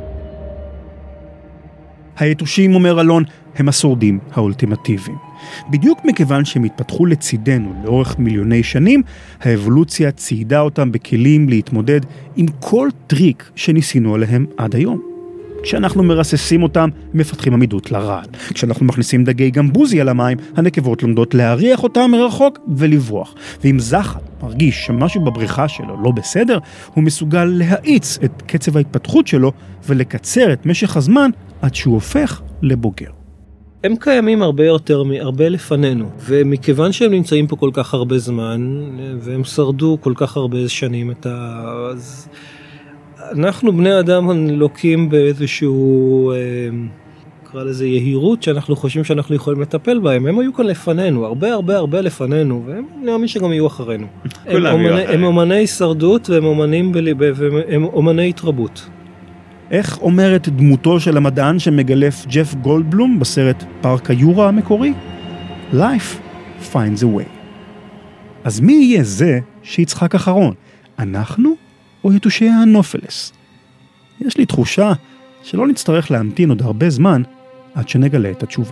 היתושים, אומר אלון, הם השורדים האולטימטיביים. בדיוק מכיוון שהם התפתחו לצידנו לאורך מיליוני שנים, האבולוציה ציידה אותם בכלים להתמודד עם כל טריק שניסינו עליהם עד היום. כשאנחנו מרססים אותם, מפתחים עמידות לרעל. כשאנחנו מכניסים דגי גמבוזי על המים, הנקבות לומדות להריח אותם מרחוק ולברוח. ואם זחל מרגיש שמשהו בבריכה שלו לא בסדר, הוא מסוגל להאיץ את קצב ההתפתחות שלו ולקצר את משך הזמן עד שהוא הופך לבוגר. הם קיימים הרבה לפנינו, ומכיוון שהם נמצאים פה כל כך הרבה זמן, והם שרדו כל כך הרבה שנים אז אנחנו בני אדם לוקים באיזשהו, נקרא לזה יהירות, שאנחנו חושבים שאנחנו יכולים לטפל בהם. הם היו כאן לפנינו, הרבה לפנינו, והם נאמין שגם יהיו אחרינו. הם אומני הישרדות, והם אומני התרבות. איך אומרת דמותו של המדען שמגלף ג'ף גולדבלום בסרט פארק היורה המקורי? Life finds a way. אז מי יהיה זה שיצחק אחרון? אנחנו או יתושי האנופלס? יש לי תחושה שלא נצטרך להמתין עוד הרבה זמן עד שנגלה את התשובה.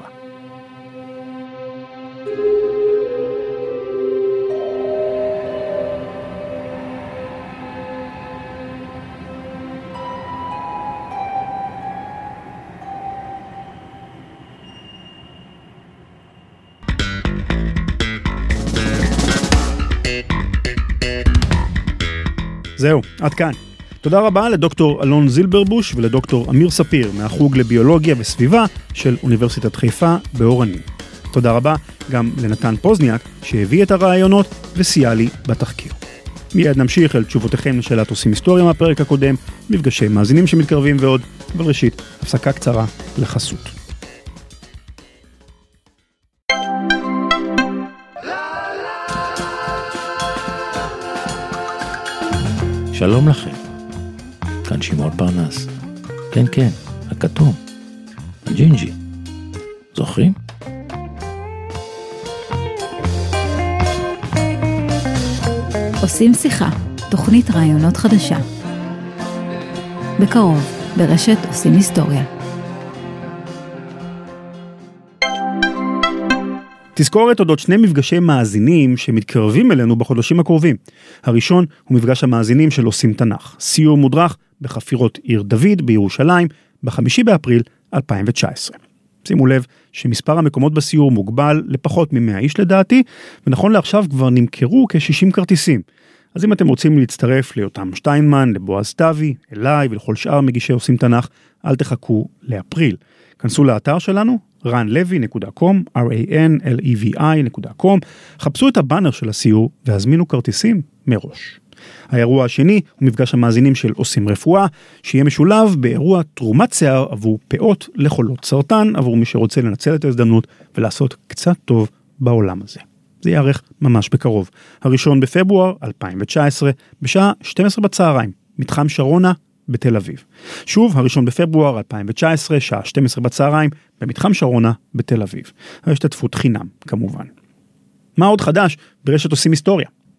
זהו, עד כאן. תודה רבה לדוקטור אלון זילברבוש ולדוקטור אמיר ספיר מהחוג לביולוגיה וסביבה של אוניברסיטת חיפה באורנים. תודה רבה גם לנתן פוזניאק שהביא את הרעיונות וסייע לי בתחקיר. מיד נמשיך אל תשובותיכם לשאלת עושים היסטוריה מהפרק הקודם, מפגשי מאזינים שמתקרבים ועוד, אבל ראשית, הפסקה קצרה לחסות. שלום לכם, כאן שמעון פרנס. כן, הכתום, הג'ינג'י. זוכרים? עושים שיחה, תוכנית רעיונות חדשה. בקרוב, ברשת עושים היסטוריה. תזכורת אודות שני מפגשי מאזינים שמתקרבים אלינו בחודשים הקרובים. הראשון הוא מפגש המאזינים של עושים תנ"ך, סיור מודרך בחפירות עיר דוד בירושלים ב5 באפריל 2019. שימו לב שמספר המקומות בסיור מוגבל לפחות מ100 איש לדעתי, ונכון לעכשיו כבר נמכרו כ60 כרטיסים. אז אם אתם רוצים להצטרף ליותם שטיינמן, לבועז סתיוי, אליי ולכל שאר מגישי עושים תנ"ך, אל תחכו לאפריל. כנסו לאתר שלנו, ranlevi.com, ranlevi.com, חפשו את הבאנר של הסיור והזמינו כרטיסים מראש. האירוע השני הוא מפגש המאזינים של עושים רפואה, שיהיה משולב באירוע תרומת שיער עבור פאות לחולות סרטן, עבור מי שרוצה לנצל את ההזדמנות ולעשות קצת טוב בעולם הזה. זה יערך ממש בקרוב. הראשון בפברואר 2019, בשעה 12 בצהריים, מתחם שרונה בתל אביב. שוב, הראשון בפברואר 2019, שעה 12 בצהריים, במתחם שרונה בתל אביב. ההשתתפות חינם, כמובן. מה עוד חדש ברשת עושים היסטוריה?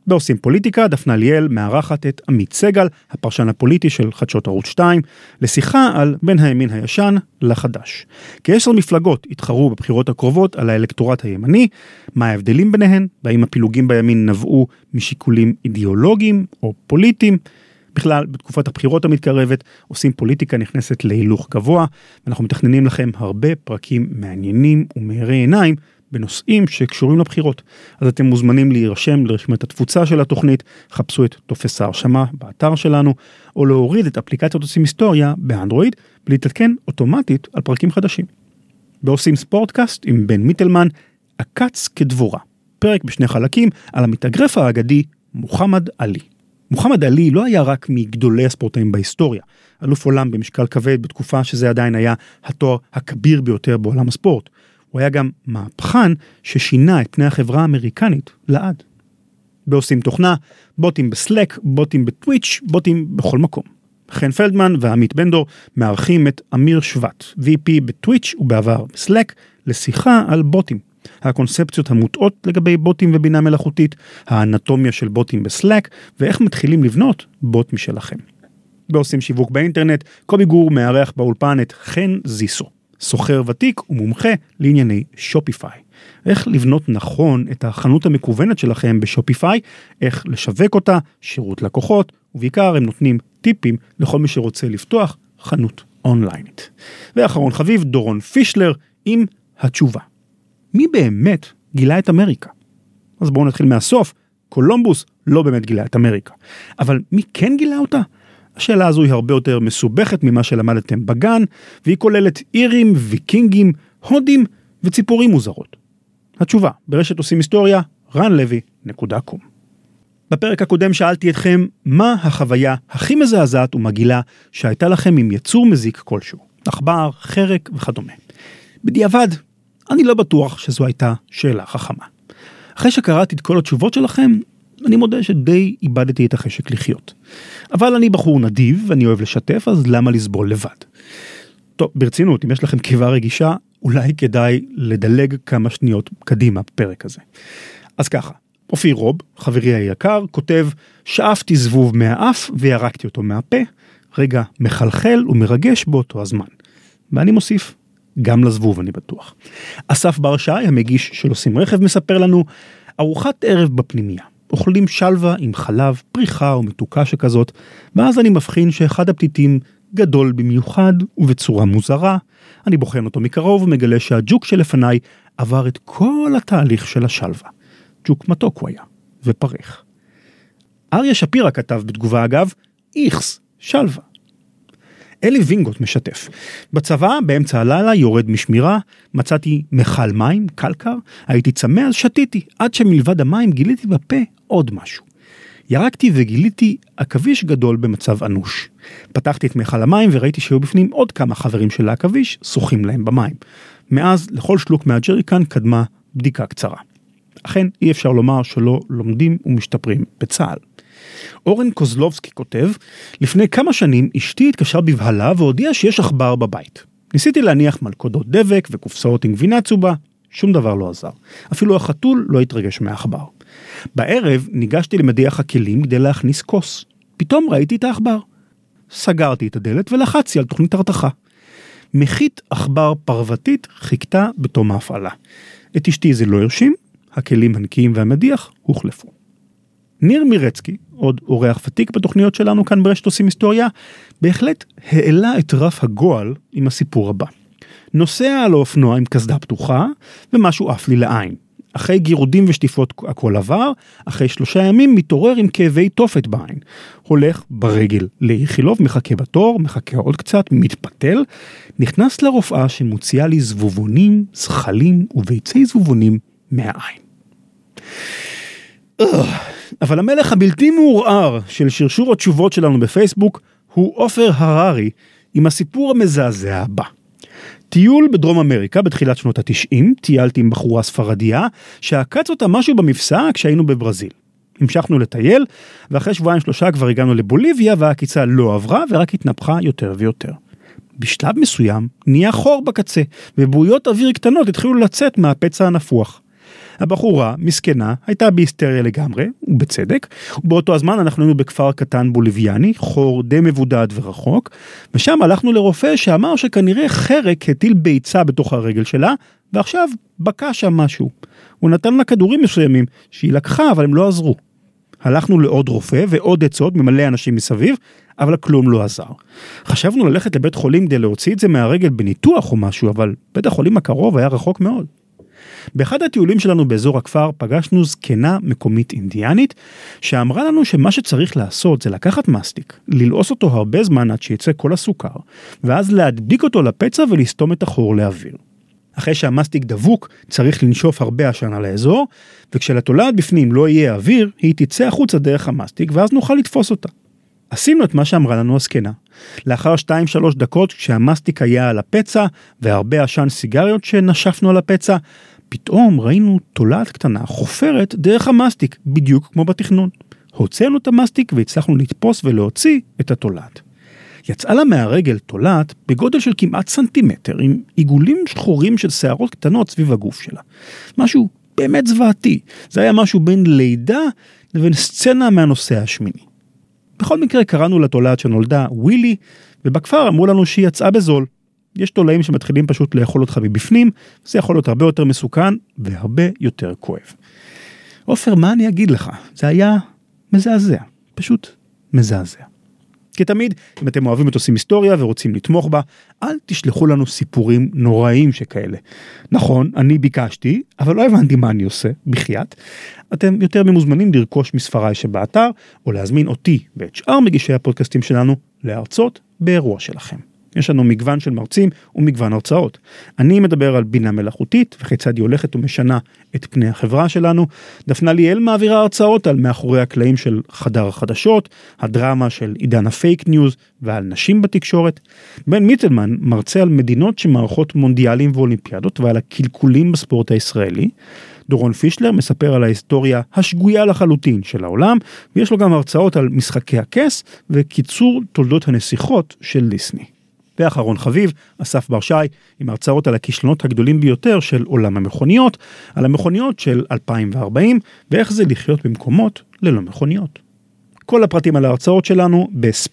בעושים פוליטיקה, דפנה ליאל מארחת את עמית סגל, הפרשן הפוליטי של חדשות ערוץ 2, לשיחה על בין הימין הישן לחדש. כ10 מפלגות התחרו בבחירות הקרובות על האלקטורט הימני, מה ההבדלים ביניהן, והאם הפילוגים בימין נבעו משיקולים אידיאולוגיים או פוליטיים. בכלל, בתקופת הבחירות המתקרבת, עושים פוליטיקה נכנסת להילוך גבוה, ואנחנו מתכננים לכם הרבה פרקים מעניינים ומאירי עיניים, בנושאים שקשורים לבחירות. אז אתם מוזמנים להירשם לרשימת התפוצה של התוכנית, חפשו את טופס ההרשמה באתר שלנו, או להוריד את אפליקציית עושים היסטוריה באנדרואיד, ולהתעדכן אוטומטית על פרקים חדשים. בעושים ספורטקאסט עם בן מיטלמן, עקץ כדבורה. פרק בשני חלקים על המתאגרף האגדי מוחמד עלי. מוחמד עלי לא היה רק מגדולי הספורטאים בהיסטוריה, אלוף עולם במשקל כבד בתקופה שזה עדיין היה התואר הכביר ביותר בעולם הספורט. הוא היה גם מהפכן ששינה את פני החברה האמריקנית לעד. בעושים תוכנה, בוטים בסלק, בוטים בטוויץ', בוטים בכל מקום. חן פלדמן ועמית בנדור מארחים את אמיר שבט, VP בטוויץ' ובעבר בסלק, לשיחה על בוטים. הקונספציות המוטעות לגבי בוטים ובינה מלאכותית, האנטומיה של בוטים בסלק, ואיך מתחילים לבנות בוט משלכם. בעושים שיווק באינטרנט, קובי גור מארח באולפן את חן זיסו, סוחר ותיק ומומחה לענייני שופיפיי. איך לבנות נכון את החנות המקוונת שלכם בשופיפיי, איך לשווק אותה, שירות לקוחות, ובעיקר הם נותנים טיפים לכל מי שרוצה לפתוח חנות אונליינית. ואחרון חביב, דורון פישלר עם התשובה. מי באמת גילה את אמריקה? אז בואו נתחיל מהסוף. קולומבוס לא באמת גילה את אמריקה. אבל מי כן גילה אותה? השאלה הזו היא הרבה יותר מסובכת ממה שלמדתם בגן, והיא כוללת אירים, ויקינגים, הודים וציפורים מוזרות. התשובה, ברשת עושים היסטוריה, ranlevy.com. בפרק הקודם שאלתי אתכם, מה החוויה הכי מזעזעת ומגילה שהייתה לכם עם יצור מזיק כלשהו? עכבר, חרק וכדומה. בדיעבד, אני לא בטוח שזו הייתה שאלה חכמה. אחרי שקראתי את כל התשובות שלכם, אני מודה שדי איבדתי את החשק לחיות. אבל אני בחור נדיב ואני אוהב לשתף, אז למה לסבול לבד? טוב, ברצינות, אם יש לכם קיבה רגישה, אולי כדאי לדלג כמה שניות קדימה בפרק הזה. אז ככה, אופיר רוב, חברי היקר, כותב, שאפתי זבוב מהאף וירקתי אותו מהפה, רגע מחלחל ומרגש באותו הזמן. ואני מוסיף, גם לזבוב אני בטוח. אסף בר שי, המגיש של עושים רכב, מספר לנו, ארוחת ערב בפנימיה. אוכלים שלווה עם חלב, פריחה ומתוקה שכזאת, ואז אני מבחין שאחד הפתיתים גדול במיוחד ובצורה מוזרה. אני בוחן אותו מקרוב ומגלה שהג'וק שלפניי עבר את כל התהליך של השלווה. ג'וק מתוק הוא היה, ופריך. אריה שפירה כתב בתגובה אגב, איכס, שלווה. אלי וינגוט משתף. בצבא, באמצע הלילה, יורד משמירה, מצאתי מחל מים, קלקר, הייתי צמא אז שתיתי, עד שמלבד המים גיליתי בפה עוד משהו. ירקתי וגיליתי עכביש גדול במצב אנוש. פתחתי את מחל המים וראיתי שהיו בפנים עוד כמה חברים של העכביש, שוחים להם במים. מאז, לכל שלוק מהג'ריקן קדמה בדיקה קצרה. אכן, אי אפשר לומר שלא לומדים ומשתפרים בצה"ל. אורן קוזלובסקי כותב, לפני כמה שנים אשתי התקשרה בבהלה והודיעה שיש עכבר בבית. ניסיתי להניח מלכודות דבק וקופסאות עם גבינה צהובה, שום דבר לא עזר. אפילו החתול לא התרגש מהעכבר. בערב ניגשתי למדיח הכלים כדי להכניס כוס. פתאום ראיתי את העכבר. סגרתי את הדלת ולחצתי על תוכנית הרתחה. מחית עכבר פרוותית חיכתה בתום ההפעלה. את אשתי זה לא הרשים, הכלים הנקיים והמדיח הוחלפו. ניר מירצקי, עוד אורח ותיק בתוכניות שלנו כאן ברשת עושים היסטוריה, בהחלט העלה את רף הגועל עם הסיפור הבא. נוסע על האופנוע עם קסדה פתוחה, ומשהו עף לי לעין. אחרי גירודים ושטיפות הכל עבר, אחרי 3 ימים מתעורר עם כאבי תופת בעין. הולך ברגל לאיכילוב, מחכה בתור, מחכה עוד קצת, מתפתל, נכנס לרופאה שמוציאה לי זבובונים, זחלים וביצי זבובונים מהעין. אבל המלך הבלתי מעורער של שרשור התשובות שלנו בפייסבוק הוא עופר הררי עם הסיפור המזעזע הבא. טיול בדרום אמריקה בתחילת שנות ה-90, טיילתי עם בחורה ספרדיה שעקץ אותה משהו במפסע כשהיינו בברזיל. המשכנו לטייל ואחרי 2-3 כבר הגענו לבוליביה והעקיצה לא עברה ורק התנפחה יותר ויותר. בשלב מסוים נהיה חור בקצה ובועיות אוויר קטנות התחילו לצאת מהפצע הנפוח. הבחורה, מסכנה, הייתה בהיסטריה לגמרי, ובצדק, ובאותו הזמן אנחנו היינו בכפר קטן בוליביאני, חור די מבודד ורחוק, ושם הלכנו לרופא שאמר שכנראה חרק הטיל ביצה בתוך הרגל שלה, ועכשיו בקע שם משהו. הוא נתן לה כדורים מסוימים שהיא לקחה, אבל הם לא עזרו. הלכנו לעוד רופא ועוד עצות ממלא אנשים מסביב, אבל כלום לא עזר. חשבנו ללכת לבית חולים כדי להוציא את זה מהרגל בניתוח או משהו, אבל בית החולים הקרוב היה רחוק מאוד. באחד הטיולים שלנו באזור הכפר פגשנו זקנה מקומית אינדיאנית, שאמרה לנו שמה שצריך לעשות זה לקחת מסטיק, ללעוס אותו הרבה זמן עד שיצא כל הסוכר, ואז להדביק אותו לפצע ולסתום את החור לאוויר. אחרי שהמסטיק דבוק, צריך לנשוף הרבה עשן על האזור, וכשלתולעת בפנים לא יהיה אוויר, היא תצא החוצה דרך המסטיק, ואז נוכל לתפוס אותה. עשינו את מה שאמרה לנו הזקנה. לאחר 2-3 דקות, כשהמסטיק היה על הפצע, והרבה עשן סיגריות שנשפנו על הפצע, פתאום ראינו תולעת קטנה חופרת דרך המסטיק, בדיוק כמו בתכנון. הוצאנו את המסטיק והצלחנו לתפוס ולהוציא את התולעת. יצאה לה מהרגל תולעת בגודל של כמעט סנטימטר, עם עיגולים שחורים של שערות קטנות סביב הגוף שלה. משהו באמת זוועתי. זה היה משהו בין לידה לבין סצנה מהנושא השמיני. בכל מקרה קראנו לתולעת שנולדה ווילי, ובכפר אמרו לנו שהיא יצאה בזול. יש תולעים שמתחילים פשוט לאכול אותך מבפנים, זה יכול להיות הרבה יותר מסוכן והרבה יותר כואב. עופר, מה אני אגיד לך? זה היה מזעזע, פשוט מזעזע. כי תמיד, אם אתם אוהבים את עושים היסטוריה ורוצים לתמוך בה, אל תשלחו לנו סיפורים נוראים שכאלה. נכון, אני ביקשתי, אבל לא הבנתי מה אני עושה, בחייאת. אתם יותר ממוזמנים לרכוש מספריי שבאתר, או להזמין אותי ואת שאר מגישי הפודקאסטים שלנו להרצות באירוע שלכם. יש לנו מגוון של מרצים ומגוון הרצאות. אני מדבר על בינה מלאכותית, וכיצד היא הולכת ומשנה את פני החברה שלנו. דפנה ליאל מעבירה הרצאות על מאחורי הקלעים של חדר החדשות, הדרמה של עידן הפייק ניוז, ועל נשים בתקשורת. בן מיטלמן מרצה על מדינות שמערכות מונדיאלים ואולימפיאדות, ועל הקלקולים בספורט הישראלי. דורון פישלר מספר על ההיסטוריה השגויה לחלוטין של העולם, ויש לו גם הרצאות על משחקי הכס, וקיצור תולדות הנסיכות של דיסני. ואחרון חביב, אסף ברשי, עם הרצאות על הכישלונות הגדולים ביותר של עולם המכוניות, על המכוניות של 2040, ואיך זה לחיות במקומות ללא מכוניות. כל הפרטים על ההרצאות שלנו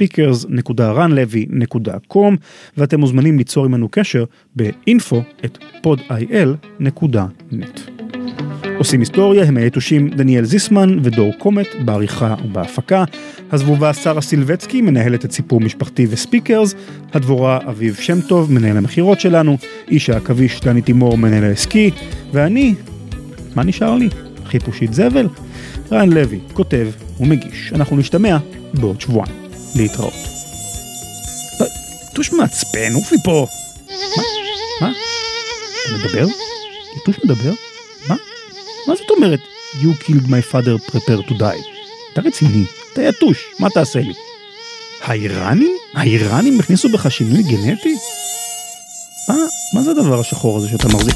ב-speakers.ranlevy.com, ואתם מוזמנים ליצור עמנו קשר ב-info@podil.net. עושים היסטוריה הם היתושים דניאל זיסמן ודור קומט בעריכה ובהפקה, הזבובה שרה סילבצקי מנהלת את סיפור משפחתי וספיקרס, הדבורה אביב שם טוב מנהל המחירות שלנו, אישה הכביש דני תימור מנהל העסקי, ואני, מה נשאר לי? חיפושית זבל? רן לוי כותב ומגיש. אנחנו נשתמע בעוד שבועיים. להתראות. יתוש מעצבן, אופי פה. מה? אתה מדבר? יתוש מדבר? מה זאת אומרת? You killed my father, prepare to die. אתה רציני, אתה יתוש, מה תעשה לי? האיראנים? האיראנים הכניסו בך שינוי גנטי? מה זה הדבר השחור הזה שאתה מחזיק?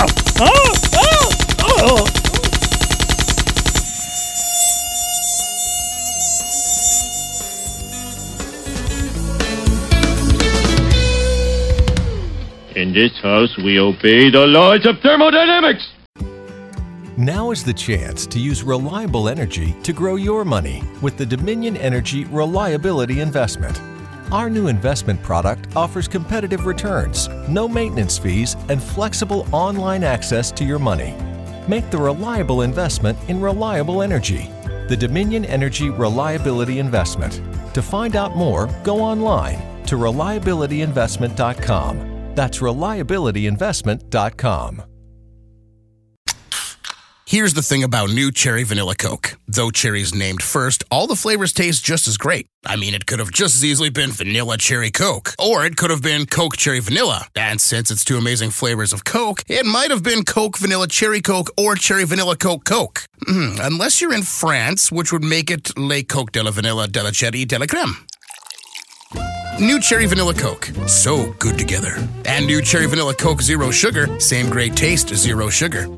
In this house, we obey the laws of thermodynamics. Now is the chance to use reliable energy to grow your money with the Dominion Energy Reliability Investment. Our new investment product offers competitive returns, no maintenance fees, and flexible online access to your money. Make the reliable investment in reliable energy. The Dominion Energy Reliability Investment. To find out more, go online to reliabilityinvestment.com. That's reliabilityinvestment.com. Here's the thing about new Cherry Vanilla Coke. Though cherry's named first, all the flavors taste just as great. I mean, it could have just as easily been Vanilla Cherry Coke, or it could have been Coke Cherry Vanilla. And since it's two amazing flavors of Coke, it might have been Coke Vanilla Cherry Coke or Cherry Vanilla Coke Coke. Unless you're in France, which would make it Le Coke de la Vanilla de la Cherry de la Creme. New Cherry Vanilla Coke, so good together. And new Cherry Vanilla Coke Zero Sugar, same great taste, zero sugar.